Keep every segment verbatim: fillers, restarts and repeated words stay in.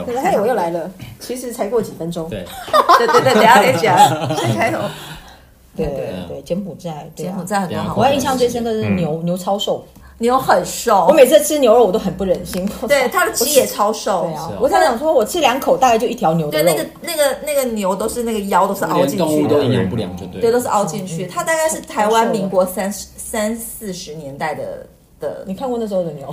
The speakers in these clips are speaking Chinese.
嘿，我又来了，其实才过几分钟。 对， 对对对，等一下再讲。先开头。 对对对，柬埔寨， 柬埔寨很多好。 我印象最深刻的是牛，牛超瘦。 牛很瘦， 我每次吃牛肉我都很不忍心。 对，它的鸡也超瘦。 对啊，我在想说，我吃两口大概就一条牛的肉。 对，那个那个那个牛都是那个腰都是凹进去的， 动物都营养不良就对。 对，都是凹进去。它大概是台湾民国三三四十年代的的。 你看过那时候的牛？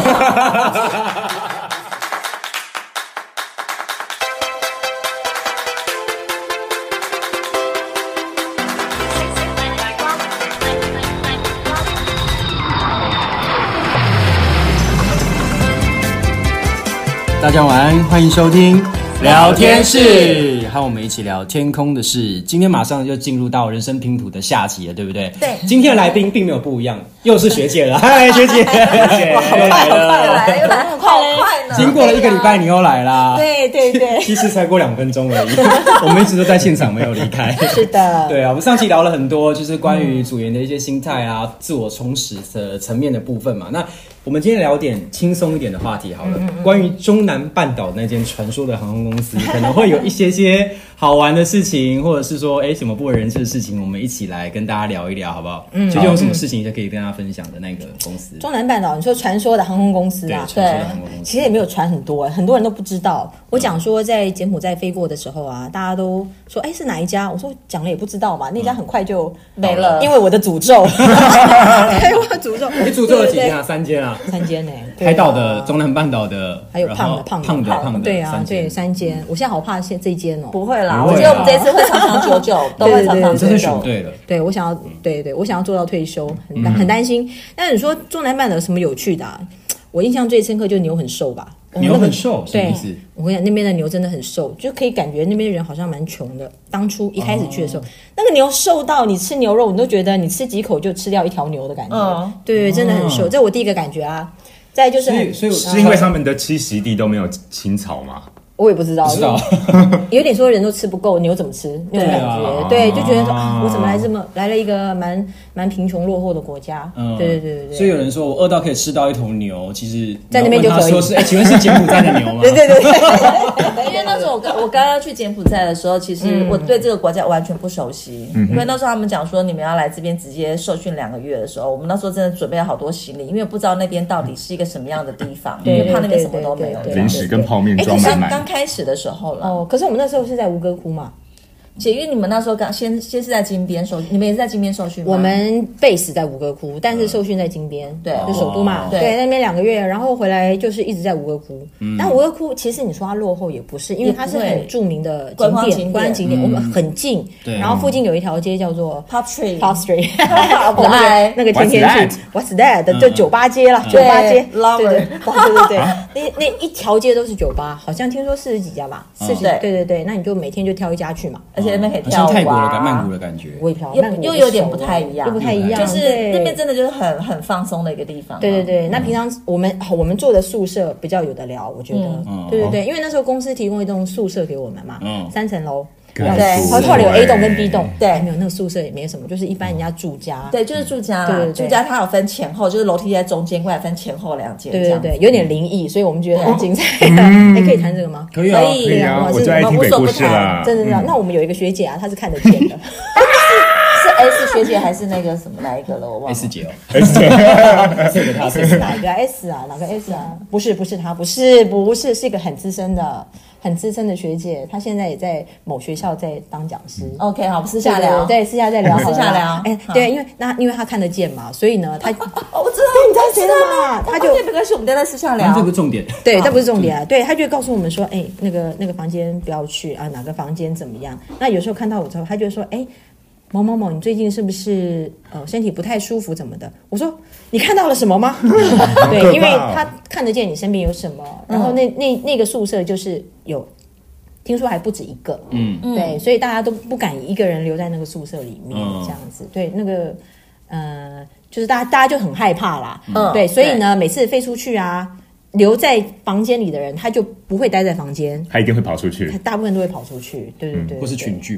大家晚安，欢迎收听聊天室，和我们一起聊天空的事。今天马上就进入到人生拼图的下集了，对不对？ 对。 今天的来宾并没有不一样，又是学姐了。嗨，学姐，学姐又来了， 又来了，又来了，好快呢！ 经过了一个礼拜，你又来啦。 对对对， 其实才过两分钟而已，我们一直都在现场，没有离开。 是的， 对啊，我们上期聊了很多，就是关于组员的一些心态啊、嗯、自我充实的层面的部分嘛。那我们今天聊点轻松一点的话题好了，嗯嗯，关于中南半岛那间传说的航空公司，可能会有一些些好玩的事情，或者是说，哎，什么不为人知的事情，我们一起来跟大家聊一聊，好不好？嗯，就有什么事情就可以跟大家分享的那个公司。 中南半岛，你说传说的航空公司啊？ 对，传说的航空公司， 其实也没有传很多，很多人都不知道。我讲说在柬埔寨飞过的时候啊，大家都说，哎，是哪一家？我说讲了也不知道嘛，那家很快就没了， 因为我的诅咒，对，我的诅咒。 你诅咒了几间啊？三间啊？ 三间呢？ 海岛的、中南半岛的， 还有胖的、胖的、 胖的、胖的， 对啊，对，三间。我现在好怕现这一间哦。 不会啦，我觉得我们这次会长长久久，都会长长久久。 真的选对了。 对，我想要，对对，我想要做到退休，很很担心。但是你说中南半岛有什么有趣的啊？我印象最深刻就是牛很瘦吧。 牛很瘦，什么意思？ 我跟你讲，那边的牛真的很瘦，就可以感觉那边的人好像蛮穷的。当初一开始去的时候，哦、那个牛瘦到你吃牛肉，你都觉得你吃几口就吃掉一条牛的感觉。嗯、对，真的很瘦，这是我第一个感觉啊。再来就是很， 所以是因为他们的栖息地都没有青草吗？ 我也不知道， 知道有点说人都吃不够，牛怎么吃那种感觉？对，就觉得说、啊、我怎么来这么来了一个蛮蛮贫穷落后的国家？嗯，对对对对对。 所以有人说我饿到可以吃到一头牛，其实在那边就可以。 说是，哎，请问是柬埔寨的牛吗？ 对对对对。 因为那时候我刚我刚刚去柬埔寨的时候，其实我对这个国家完全不熟悉，嗯、因为那时候他们讲说你们要来这边直接受训两个月的时候，我们那时候真的准备了好多行李，因为不知道那边到底是一个什么样的地方，因为怕那边什么都没有， 零食跟泡面装满满。 刚开始的时候。 哦，可是我们那时候是在吴哥窟嘛， 姐，因为你们那时候刚先先是在金边受，你们也是在金边受训吗？ 我们 base 在吴哥窟，但是受训在金边，对，就首都嘛，对，那边两个月，然后回来就是一直在吴哥窟。嗯、但吴哥窟其实你说它落后也不是，因为它是很著名的景点，观光景点，我们很近，然后附近有一条街叫做 Pop Street，Pop Street， 我们那个天天去 ，What's that 的就酒吧街了，酒吧街，对对对对对，那那一条街都是酒吧，好像听说四十几家吧，四十，对对对，那你就每天就挑一家去嘛， 而且那边可以跳舞。 泰国的感曼谷的感觉， 我也漂又又有点不太一样， 又不太一样， 就是那边真的就是很很放松的一个地方。 对对对，那平常我们我们住的宿舍比较有的聊，我觉得，对对对，因为那时候公司提供一栋宿舍给我们嘛，三层楼。对，然后后来有 A 栋跟 B 栋，对，没有那个宿舍也没什么，就是一般人家住家， 对，就是住家啦，住家它有分前后，就是楼梯在中间，过来分前后两间， 对对对，有点灵异，所以我们觉得很精彩。哎，可以谈这个吗？ 可以啊，可以啊，我最爱听鬼故事啦， 真的真的。那我们有一个学姐啊，她是看得见的。 是 S 学姐还是那个什么哪一个了？我忘了。 S 姐哦 ，S 姐， 这个她是哪一个 S 啊？哪个 S 啊？不是不是她，不是不是，是一个很资深的。很资深的学姐，她现在也在某学校在当讲师。 OK， 好，私下聊， 对，私下再聊， 私下聊。 哎，对，因为那因为她看得见嘛，所以呢，她我知道， 对，你知道谁的嘛？她就没关系，我们在那私下聊。 这不是重点， 对，这不是重点啊。对，她就告诉我们说，哎，那个那个房间不要去啊，哪个房间怎么样？那有时候看到我之后，她就说，哎。某某某，你最近是不是呃身体不太舒服怎么的？我说你看到了什么吗？对，因为他看得见你身边有什么，然后那那那个宿舍就是有，听说还不止一个，嗯，对，所以大家都不敢一个人留在那个宿舍里面、嗯、这样子，对，那个呃，就是大家大家就很害怕啦，嗯，对，所以呢，每次飞出去啊。留在房间里的人，他就不会待在房间， 他一定会跑出去， 他大部分都会跑出去，对对对， 或是群聚吧。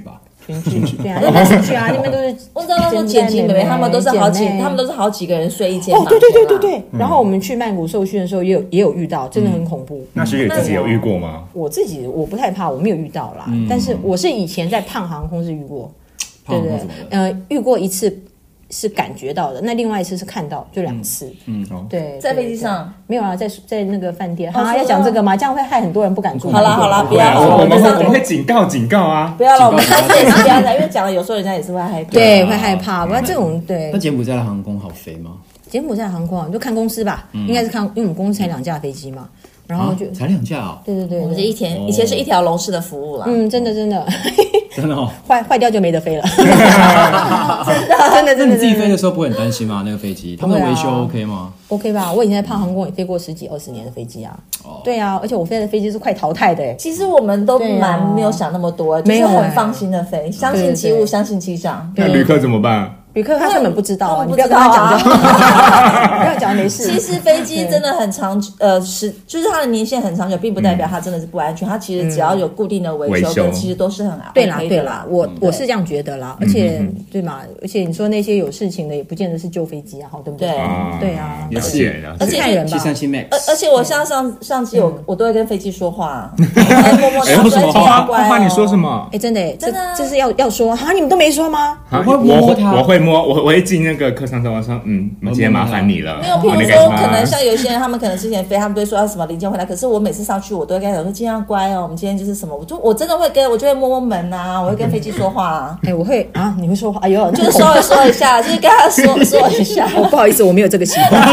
群聚，对啊，那边群聚啊，那边都是我知道那时候剪辑妹妹他们都是好几，他们都是好几个人睡一间哦，对对对对对。然后我们去曼谷受训的时候，也有也有遇到，真的很恐怖。 那学姐自己有遇过吗？ 我自己我不太怕，我没有遇到啦。但是我是以前在胖航空是遇过，对对，呃，遇过一次。是感觉到的，那另外一次是看到，就两次。嗯，嗯对， 在飞机上没有啊，在在那个饭店。好、啊，要讲这个吗？这样会害很多人不敢住。 好啦好啦，不要， 我们会我们会警告警告啊！ 不要了，我们下次也是不要讲，因为讲了有时候人家也是会害怕。 对，会害怕。不然这种对。 那柬埔寨的航空好飞吗？ 柬埔寨航空啊，你就看公司吧，嗯、应该是看，因为我们公司才两架飞机嘛。然后就、 啊、才两架哦， 对对对， 我们是一天、哦、以前是一条龙式的服务啦， 嗯，真的真的真的哦， 坏坏掉就没得飞了， 真的真的真的。 你自己飞的时候不会很担心吗？那个飞机他们维修 OK 吗 ？OK 吧，我以前在胖航空也飞过十几二十年的飞机啊，哦，对啊，而且我飞的飞机是快淘汰的哎。 其实我们都蛮没有想那么多，啊、就是很放心的飞，相信机务，相信机长。 那旅客怎么办？ 旅客他根本不知道啊，你不要跟他讲就好，不要讲没事。 其实飞机真的很长，呃，是就是它的年限很长久，并不代表它真的是不安全。它其实只要有固定的维修，其实都是很对啦对啦。我我是这样觉得啦，而且对嘛，而且你说那些有事情的，也不见得是旧飞机啊，好对不对？对啊， 也是， 而且看人吧。 七三七 Max， 而而且我像上上机我我都会跟飞机说话，默默说什么？花花你说什么？ 哎，真的真的，这是要要说啊，你们都没说吗？ 我会摸他，我会摸，我我会进。那个客舱中，我说，嗯，今天麻烦你了。 没有，譬如说，可能像有些人，他们可能之前飞，他们都会说要什么零件回来。可是我每次上去，我都会跟他讲说，尽量乖哦。我们今天就是什么，我就我真的会跟我就会摸摸门呐、啊，我会跟飞机说话、啊。 哎、欸，我会啊，你会说话？哎呦， 就是稍微说一下，就是跟他说说一下。 我不好意思，我没有这个习惯。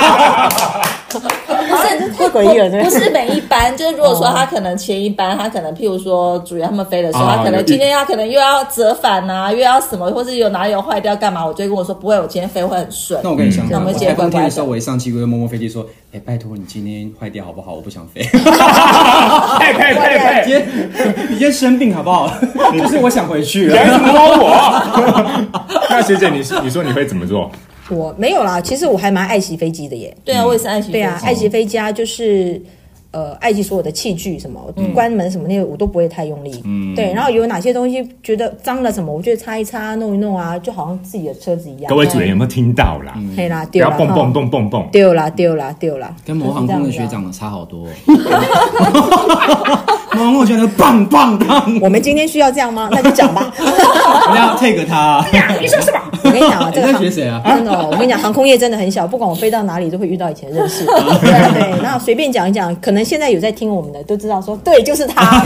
不是太诡异了，不是每一班，就是如果说他可能前一班，他可能譬如说主人他们飞的时候，他可能今天他可能又要折返啊，又要什么，或是有哪里有坏掉干嘛，我就会跟我说不会，我今天飞会很顺。 那我跟你讲， 那我们台风天的时候，我一上机我就摸摸飞机说，哎，拜托你今天坏掉好不好？我不想飞。 呸呸呸呸！ 你今天你今天生病好不好？就是我想回去了。 你还怎么摸我？那学姐，你你说你会怎么做？ 我没有啦，其实我还蛮爱惜飞机的耶。 对啊，我也是爱惜飞机。 对啊，爱惜飞机啊，就是呃，爱惜所有的器具，什么、嗯、关门什么那个我都不会太用力。嗯，对。然后有哪些东西觉得脏了什么，我觉得擦一擦、弄一弄啊，就好像自己的车子一样。 各位主人有没有听到啦？ 可以啦，丢啦， 不要蹦蹦蹦蹦蹦， 丢啦丢啦丢啦， 跟摩航空的学长差好多。摩航空觉得棒棒棒。 我们今天需要这样吗？那就讲吧。 我要 take 他。 你说什么？我跟你讲啊，这个你在学谁啊？ 真的、哦，我跟你讲，航空业真的很小，不管我飞到哪里，都会遇到以前认识。对对，然后随便讲一讲，可能现在有在听我们的都知道说，对，就是他，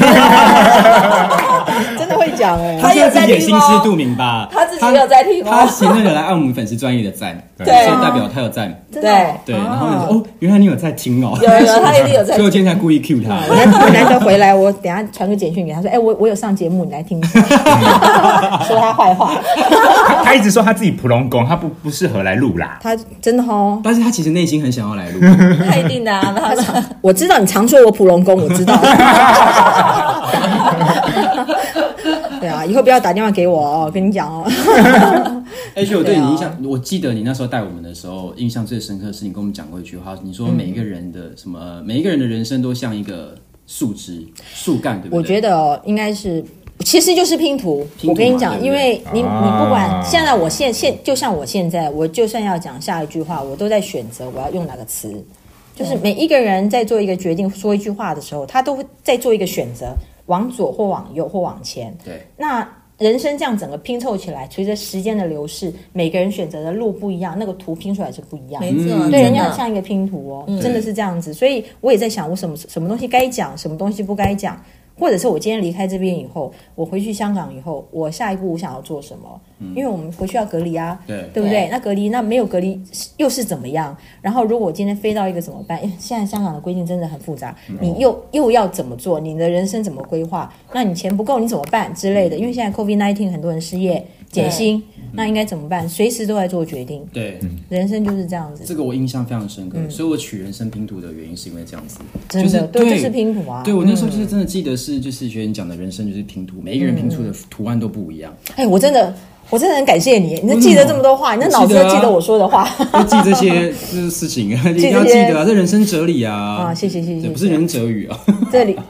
真的会讲哎、欸， 他有在听、哦、 心知肚明吧？ 他自己有在听、哦， 他前阵有来按我们粉丝专业的赞， 对， 所以代表他有赞， 对对，然后就说哦，原来你有在听哦， 有有，他一定有在听， 所以我今天才故意 cue 他， 我难得回来，我等一下传个简讯给他说，哎、欸，我我有上节目，你来听一下，说他坏话。 他, 他一直说他自己普龙宫，他不不适合来录啦。 他真的哦， 但是他其实内心很想要来录。 他一定的啊，他常我知道你常说我普龙宫，我知道。对啊，以后不要打电话给我哦，跟你讲哦。 而且我对你印象，我记得你那时候带我们的时候，印象最深刻的是你跟我们讲过一句话，你说每一个人的什么，每一个人的人生都像一个树枝、树干，对不对？ 我觉得哦，应该是。其实就是拼图， 拼图我跟你讲， 对对因为你、 啊、 你不管现在我现现就像我现在，我就算要讲下一句话，我都在选择我要用哪个词。就是每一个人在做一个决定、说一句话的时候，他都会在做一个选择，往左或往右或往前。 对， 那人生这样整个拼凑起来，随着时间的流逝，每个人选择的路不一样，那个图拼出来是不一样的。 没错， 对，人家很像一个拼图哦， 嗯、 真的是这样子。所以我也在想，我什么什么东西该讲，什么东西不该讲。或者是我今天离开这边以后，我回去香港以后，我下一步我想要做什么？嗯、因为我们回去要隔离啊， 对对不对？那隔离那没有隔离又是怎么样？然后如果我今天飞到一个怎么办？现在香港的规定真的很复杂，嗯、你又又要怎么做？你的人生怎么规划？那你钱不够你怎么办之类的？因为现在 COVID 十九 很多人失业减薪，那应该怎么办？随时都在做决定。 对， 人生就是这样子。 这个我印象非常深刻，嗯、所以我取人生拼图的原因是因为这样子， 真的、就是、对，就是拼图啊。 对我那时候就是真的记得是，就是学员讲的人生就是拼图，每一个人拼出的图案都不一样。 哎、嗯，我真的。我真的很感谢你，你记得这么多话，你那脑子都记得我说的话， 要记这些这事情，一定要记得啊，这人生哲理啊！ 啊，谢谢谢谢， 不是人生哲语啊。 这里啊，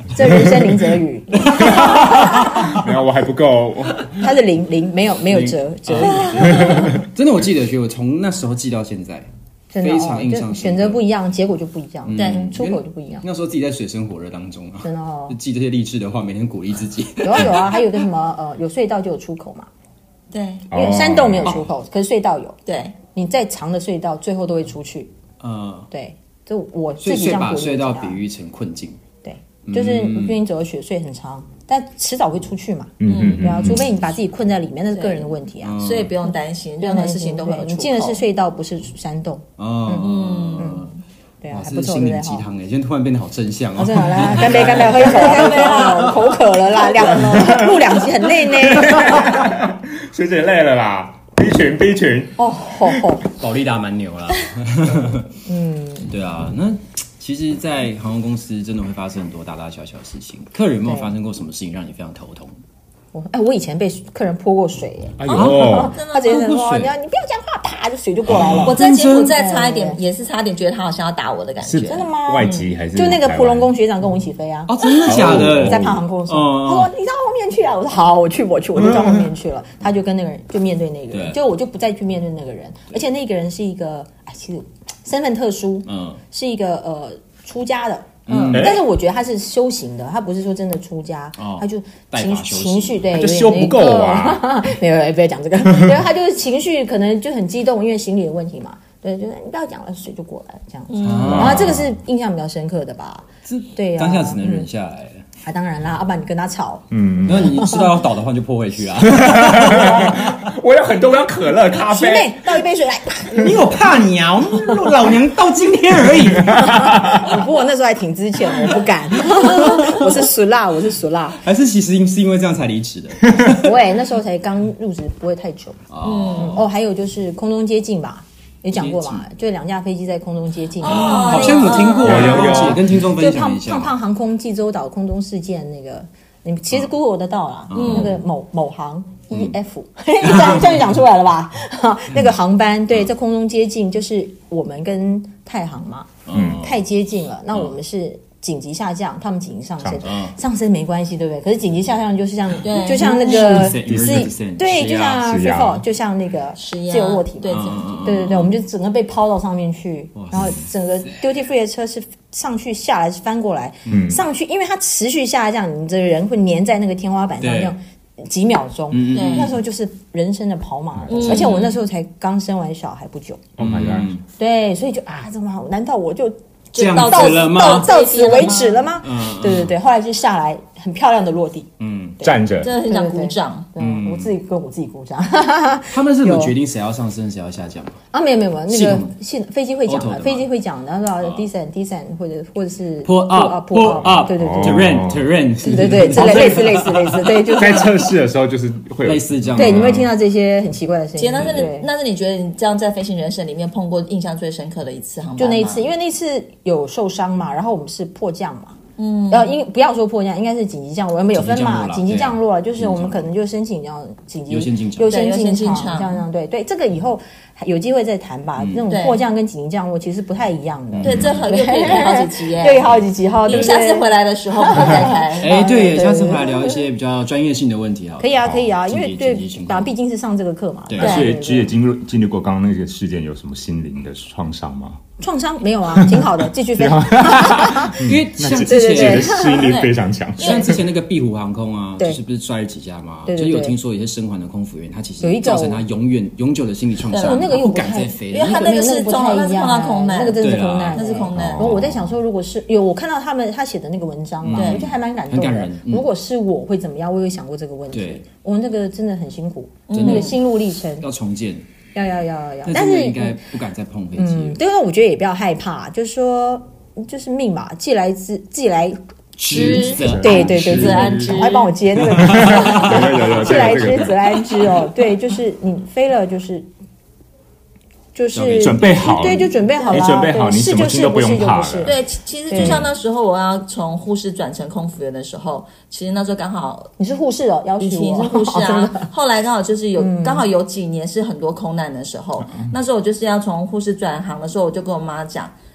这人生零则语， 没有，我还不够。 他是零零没有没有折折语， 真的，我记得学，我从那时候记到现在， 真的非常印哦，就象深刻选择不一样，结果就不一样， 对嗯出口就不一样， 那时候自己在水深火热当中啊， 真的哦就，记这些励志的话，每天鼓励自己。 有啊有啊，还有个什么呃，有隧道就有出口嘛， 对因为山洞没有出口，可是隧道有， 对， 你再长的隧道最后都会出去， 嗯， 对，就我所以自己这样把隧鼓励自己啊道比喻成困境。 对，就是因为你走的雪隧很长，但迟早会出去嘛。 嗯嗯对啊，除非你把自己困在里面，那是个人的问题啊。 所以不用担心，任何事情都会有出口。 你进的是隧道，不是山洞。 哦，嗯， 对啊， 哇， 还不错， 这是心对不对？哈。 灵鸡汤哎，今天突然变得好正向哦。 好，正好啦，干杯，干杯，喝一口，干杯啦！口渴了啦，两录两集很累呢。 学姐累了啦，B 群 B 群。 哦吼吼， 保利达蛮牛啦。嗯，对啊，那其实，在航空公司真的会发生很多大大小小的事情。客人有没有发生过什么事情让你非常头痛？ 我哎，我以前被客人泼过水耶， 哎呦， 真的他直接说泼过水你要你不要讲话，啪就水就过来了。 我在柬埔寨真差一点，也是差点觉得他好像要打我的感是觉。 真的吗？ 外籍还是就那个台湾蒲龙宫学长跟我一起飞啊。 哦，真的假的？ 在胖航空的时候， 嗯他说：“你到后面去啊！”我说：“好，我去，我去，我就到后面去了。”他就跟那个人就面对那个人， 对就我就不再去面对那个人，而且那个人是一个，哎，其实身份特殊， 嗯， 是一个呃出家的。 嗯但是我觉得他是修行的，他不是说真的出家， 哦他就情代法修行情绪对， 他就有点修不够那个啊没有，不要讲这个，因为他就是情绪可能就很激动，因为行李的问题嘛，对，就是你不要讲了，水就过来了这样子。然后这个是印象比较深刻的吧？对呀， 当下只能忍下来。 啊，当然啦，要不然你跟他吵， 嗯， 然后你知道要倒的话，就泼回去啊。 我有很多，我要可乐、咖啡。 学妹倒一杯水来。 你有怕你啊？老娘到今天而已。 不过我那时候还挺之前的，我不敢。我是熟辣，我是熟辣。 还是其实是因为这样才离职的？ 不会，那时候才刚入职，不会太久。 哦， 哦，还有就是空中接近吧，也讲过嘛，就两架飞机在空中接近。 好像有听过， 有有有也跟听众就胖分享一下。 胖胖航空济州岛空中事件那个，你们其实 Google 得到啦，那个某某航 E F，这样这样就讲出来了吧？那个航班对，在空中接近，就是我们跟太航嘛， 嗯， 太接近了，那我们是紧急下降，他们紧急上升， 嗯上升没关系，对不对？可是紧急下降就是像， 对就像那个是是，对，就像是 free 啊 fall，就像那个是呀自由落体嘛， 对嗯对对对，我们就整个被抛到上面去哇， 然后整个 duty free 的车是上去下来是翻过来， 嗯上去，因为它持续下降，你的人会粘在那个天花板上， 对这样几秒钟， 嗯对那时候就是人生的跑马，而且我那时候才刚生完小孩不久， Oh my god！ 嗯对，所以就啊，怎么好？难道我就这样到子了到吗？ 到此为止了吗？ 嗯对对对，后来就下来很漂亮的落地， 嗯， 站着， 真的很想鼓掌。 嗯，我自己跟我自己鼓掌。 他们是怎么决定谁要上升，谁要下降？ 啊，没有没有没有，那个系统系飞机会讲 Auto 的吗的，飞机会讲的，然后 descent descent 或者或者是 Pull up, pull pull up, 对对对 terrain, terrain， 对对对，之类类似类似类似，对，就是在测试的时候就是会有类似这样。 对，你会听到这些很奇怪的声音。 姐，那是你对， 那是你觉得你这样在飞行人生里面碰过印象最深刻的一次航班吗？ 就那一次，因为那次有受伤嘛，然后我们是迫降嘛。嗯，然后因不要说迫降，应该是紧急降落，我们有分嘛，紧紧急降落啦急降落，就是我们可能就申请要紧急优先进场优先对优先进场， 进场这样这样对对，这个以后有机会再谈吧。那种对迫降跟紧急降落其实不太一样的， 对，这很又可以开好几集耶。 又有好几集哈，对不你下次对？ 回来的时候我们再开。 哎，对耶， 对下次回来聊一些比较专业性的问题啊。 可以啊，可以啊，因为紧急对紧急情，况啊，毕竟是上这个课嘛。 对所以对职业经历经历过刚刚那个事件，有什么心灵的创伤吗？ 创伤没有啊，挺好的，继续飞。 因为像之对对前对适应力非常强。 像之前那个壁虎航空啊， 对就是不是摔了几架吗？ 对对对就是有听说有些生还的空服员，他其实有一个造成他永远永久的心理创伤， 我那个又他不不太敢再飞因为他了。 那个是不中那是太一样， 碰到空难那个真的是对啊空难， 那是空难然后我在想说，如果是有我看到他们他写的那个文章嘛， 对我觉得还蛮感动的很感人。嗯如果是我会怎么样？我有想过这个问题对。 我那个真的很辛苦， 真的那个心路历程， 要重建， 要要要要要。 但但是是应该不敢再碰飞机嗯， 了。 对啊，我觉得也不要害怕，就是说，就是命嘛，既来之既来。 知则对对对， 则安之赶快帮我接那个。 有有有， 既来这个之则安之哦，对，就是你飞了，就是就是准备好了对，就准备好了， 你准备好对你什么心都不是就是不是用怕了就不是， 对，其其实就像那时候我要从护士转成空服员的时候，其实那时候刚好你是护士哦，要求以前我是护士哦真啊的， 后来刚好就是有刚好有几年是很多空难的时候，那时候我就是要从护士转行的时候，我就跟我妈讲，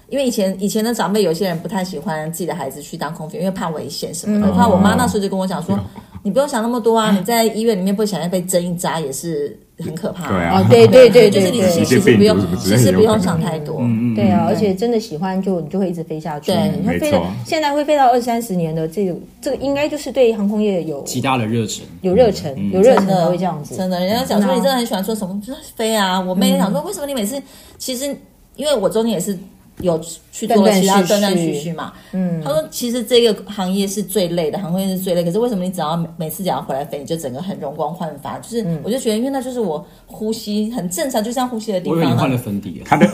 因为以前以前的长辈有些人不太喜欢自己的孩子去当空服员，因为怕危险什么的。怕、嗯、我妈那时候就跟我讲说，你不用想那么多啊，你在医院里面不想要被针一扎也是很可怕。 对啊， 对对对对， 就是你其实不用，其实不用想太多。 嗯嗯对啊，而且真的喜欢就你就会一直飞下去。 对， 你会飞到现在会飞到二三十年的这个这个应该就是对航空业有极大的热忱， 有热忱，嗯、有热忱才会这样子。 真的，人家讲说你真的很喜欢说什么就是飞啊，我妹想说为什么你每次其实因为我中间也是。有去做其他断断续续嘛？嗯，他说其实这个行业是最累的，航空业是最累。可是为什么你只要每次只要回来飞，你就整个很容光焕发？就是、嗯、我就觉得，因为那就是我呼吸很正常，就像呼吸的地方。 我以为你换了粉底， 他的，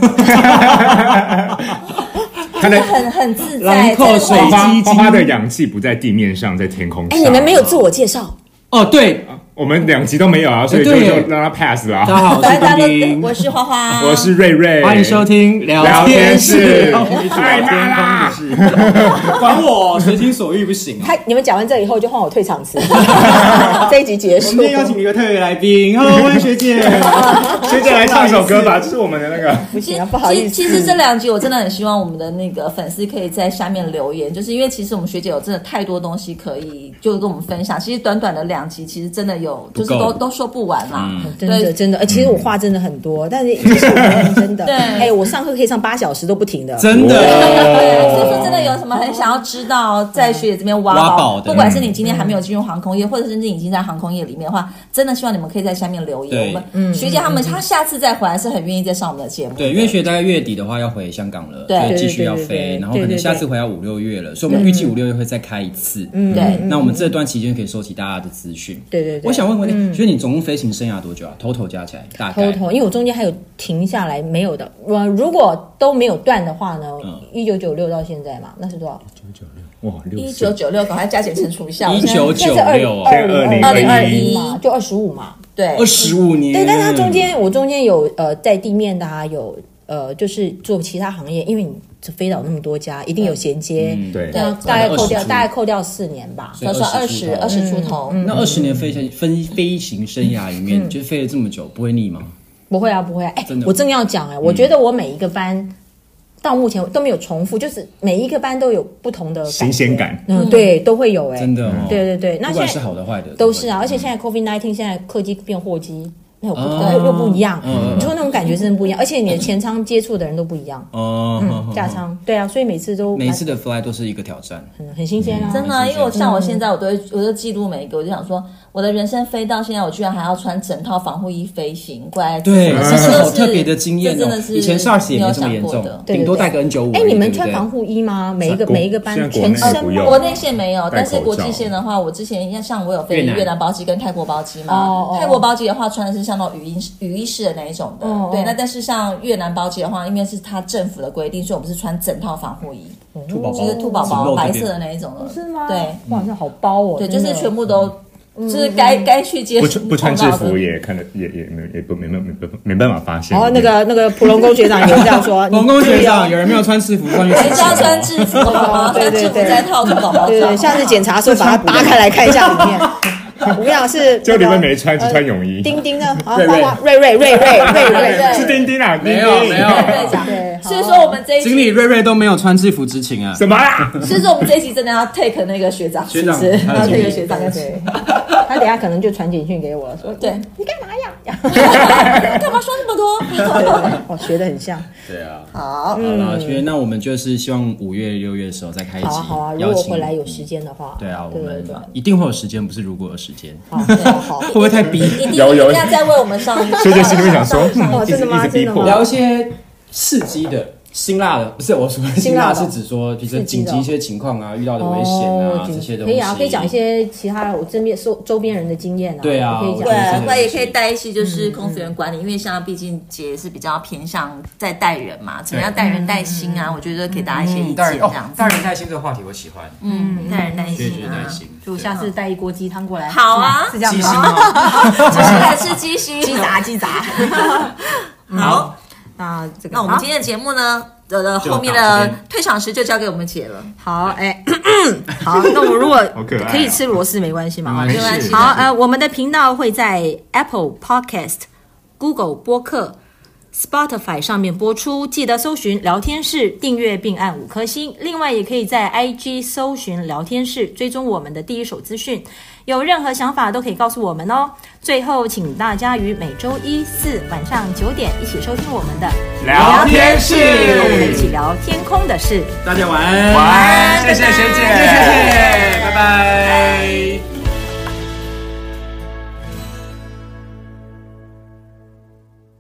他的很很自在。 兰蔻水基金， 花的氧气不在地面上，在天空上。 哎，你们没有自我介绍哦？对。 我们两集都没有啊，所以就就让他 pass 啦。 大家好，我是丁丁， 我是花花， 我是瑞瑞， 欢迎收听聊天室， 太难啦！ 管我随心所欲不行啊！ 他你们讲完这以后就换我退场词，这一集结束。 我们今天邀请一个特别来宾，Hello，欢迎学姐， 学姐来唱首歌吧，这是我们的那个。 不行啊，不好意思。 其实这两集我真的很希望我们的那个粉丝可以在下面留言，就是因为其实我们学姐有真的太多东西可以就跟我们分享。其实短短的两集，其实真的有。就是都都说不完啦、 嗯，真的真的，呃，其实我话真的很多，但是其实我认真的， 对， 哎，我上课可以上八小时都不停的， 真的。 对，所以说真的有什么很想要知道，在学姐这边挖挖宝的， 不管是你今天还没有进入航空业，或者甚至已经在航空业里面的话，真的希望你们可以在下面留言。我们嗯，学姐他们他下次再回来是很愿意再上我们的节目。 对，因为学姐大概月底的话要回香港了， 对， 继续要飞，然后可能下次回来五六月了，所以我们预计五六月会再开一次。 嗯， 对。 那我们这段期间可以收集大家的资讯。 对对对。 我想问问，学姐你总共飞行生涯多久啊？头头加起来大概？ 头头，因为我中间还有停下来没有的，我如果都没有断的话呢，一九九六到现在嘛，那是多少？ 一九九六，哇， 一九九六，赶快加减乘除一下。 一九九六， 二零二零二一嘛，就二十五嘛， 对， 二十五年。 对，但是它中间我中间有呃在地面的啊，有呃就是做其他行业，因为你飞到那么多家，一定有衔接， 嗯、 对， 大概扣掉大概扣掉四年吧， 他说二十二十出头。 嗯、那二十年飞飞飞行生涯里面，嗯、就飞了这么久，不会腻吗？ 不会啊，不会啊！哎，我正要讲哎、欸，我觉得我每一个班到目前都没有重复，就是每一个班都有不同的新鲜感。 嗯，对，都会有哎、欸， 真的、哦， 对对对。那不管是好的坏的， 都是啊。而且现在 COVID 十九 现在客机变货机。那有不同，又、哦、不一样。嗯、你说那种感觉真的不一样，而且你的前舱接触的人都不一样。哦，嗯，驾舱，对啊，所以每次都每次的 fly 都是一个挑战， 很很新鲜啊， 真的、啊。因为我像我现在，我都会，我都记录每一个，我就想说，我的人生飞到现在，我居然还要穿整套防护衣飞行，过来， 对，这是好特别的经验哦。以前 SARS 也没这么严重，顶多带个 N 九五。 哎，你们穿防护衣吗？每一个每一个班全身国内线没有，但是国际线的话，我之前像我有飞越南包机跟泰国包机嘛，哦、泰国包机的话穿的是像那种语音语。语义式的那一种的，哦、对，那但是像越南包机的话，因为是它政府的规定，所以我们是穿整套防护衣， 兔宝宝就是兔宝宝白色的那一种的， 是吗？ 对， 哇，这好包哦， 对，就是全部都。就是该该去接触， 不穿制服也看得也也没也不没没没没办法发现。 哦，那个那个普龙宫学长有这样说， 普龙宫学长有人没有穿制服上去？ 还是要穿制服，穿制服再套兔宝宝。 对对，下次检查的时候把它扒开来看一下里面。不要是就里面没穿，只穿泳衣。 丁丁呢？啊，瑞瑞瑞瑞瑞瑞瑞是丁丁啊， 没有没有。 对，所以说我们这一经理瑞瑞都没有穿制服之情啊。 什么啦？ 所以说我们这一集真的要 take 那个学长， 学长， 要 take 学长跟谁？他等下可能就传简讯给我了，说对你干嘛呀？ 干嘛说那么多？ 我学得很像。 对啊。 好， 好了，学那我们就是希望五月六月的时候再开一集。 好啊好啊，如果回来有时间的话。 对啊，我们一定会有时间，不是如果有时间。 好， 会不会太逼？ 有有， 要再为我们上， 学姐心里面想说， 哦，真的吗？真的吗？ 聊一些刺激的。辛辣的不是我说辛辣是指说就是紧急一些情况啊，遇到的危险啊这些东西可以啊，可以讲一些其他我身边周周边人的经验啊。 对啊， 可以讲。 对，那也可以带一些就是空服员管理，因为像毕竟姐是比较偏向在带人嘛，怎么样带人带心啊？我觉得给大家一些意见这样子。 带人带心这个话题我喜欢， 嗯，带人带心啊， 就下次带一锅鸡汤过来。 好啊， 是这样吗？ 就是来吃鸡心， 鸡杂鸡杂。 好， 那这个那我们今天的节目呢？的后面的退场时就交给我们姐了。 好，哎，好，那我如果可以吃螺丝没关系嘛？ 没关系。 好，呃，我们的频道会在 Apple Podcast、Google 播客、 Spotify 上面播出，记得搜寻聊天室订阅并按五颗星。另外也可以在 I G 搜寻聊天室，追踪我们的第一手资讯。有任何想法都可以告诉我们哦。最后，请大家于每周一四晚上九点一起收听我们的聊天室， 和我们一起聊天空的事。 大家晚安， 晚安，谢谢学姐， 谢谢，拜拜。